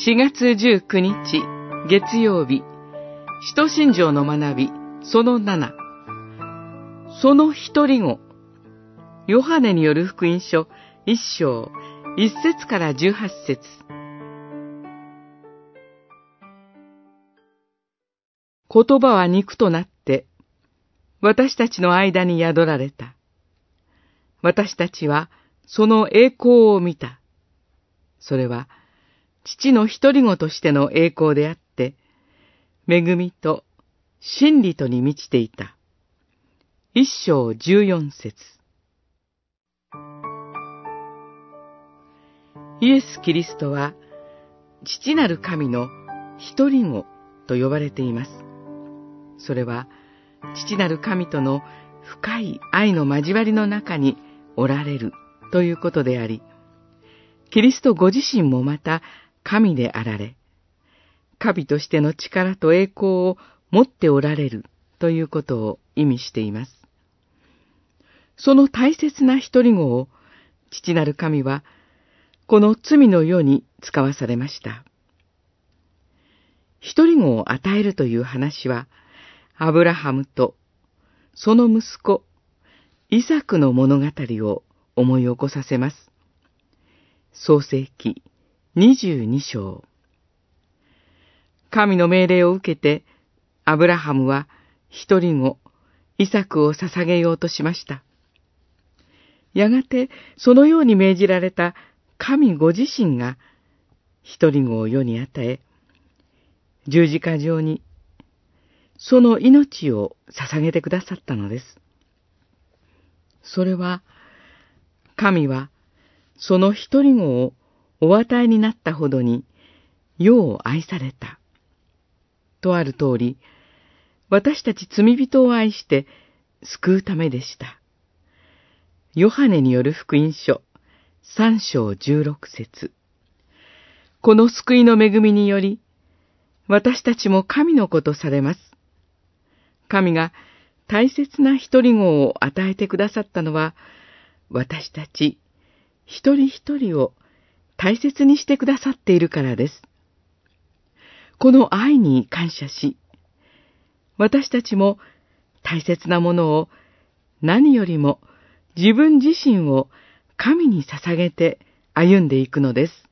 4月19日月曜日、使徒信条の学びその7、その一人子、ヨハネによる福音書1章1節から18節。言葉は肉となって私たちの間に宿られた。私たちはその栄光を見た。それは父の一人子としての栄光であって、恵みと真理とに満ちていた。1章14節。イエス・キリストは父なる神の一人子と呼ばれています。それは父なる神との深い愛の交わりの中におられるということであり、キリストご自身もまた神であられ、神としての力と栄光を持っておられるということを意味しています。その大切な一人子を父なる神はこの罪の世に使わされました。一人子を与えるという話は、アブラハムとその息子イサクの物語を思い起こさせます。創世記22章。神の命令を受けて、アブラハムは一人子イサクを捧げようとしました。やがてそのように命じられた神ご自身が一人子を世に与え、十字架上にその命を捧げてくださったのです。それは、神はその一人子をお与えになったほどに世を愛された。とある通り、私たち罪人を愛して救うためでした。ヨハネによる福音書3章16節。この救いの恵みにより、私たちも神の子とされます。神が大切な一人子を与えてくださったのは、私たち一人一人を大切にしてくださっているからです。この愛に感謝し、私たちも大切なものを何よりも自分自身を神に捧げて歩んでいくのです。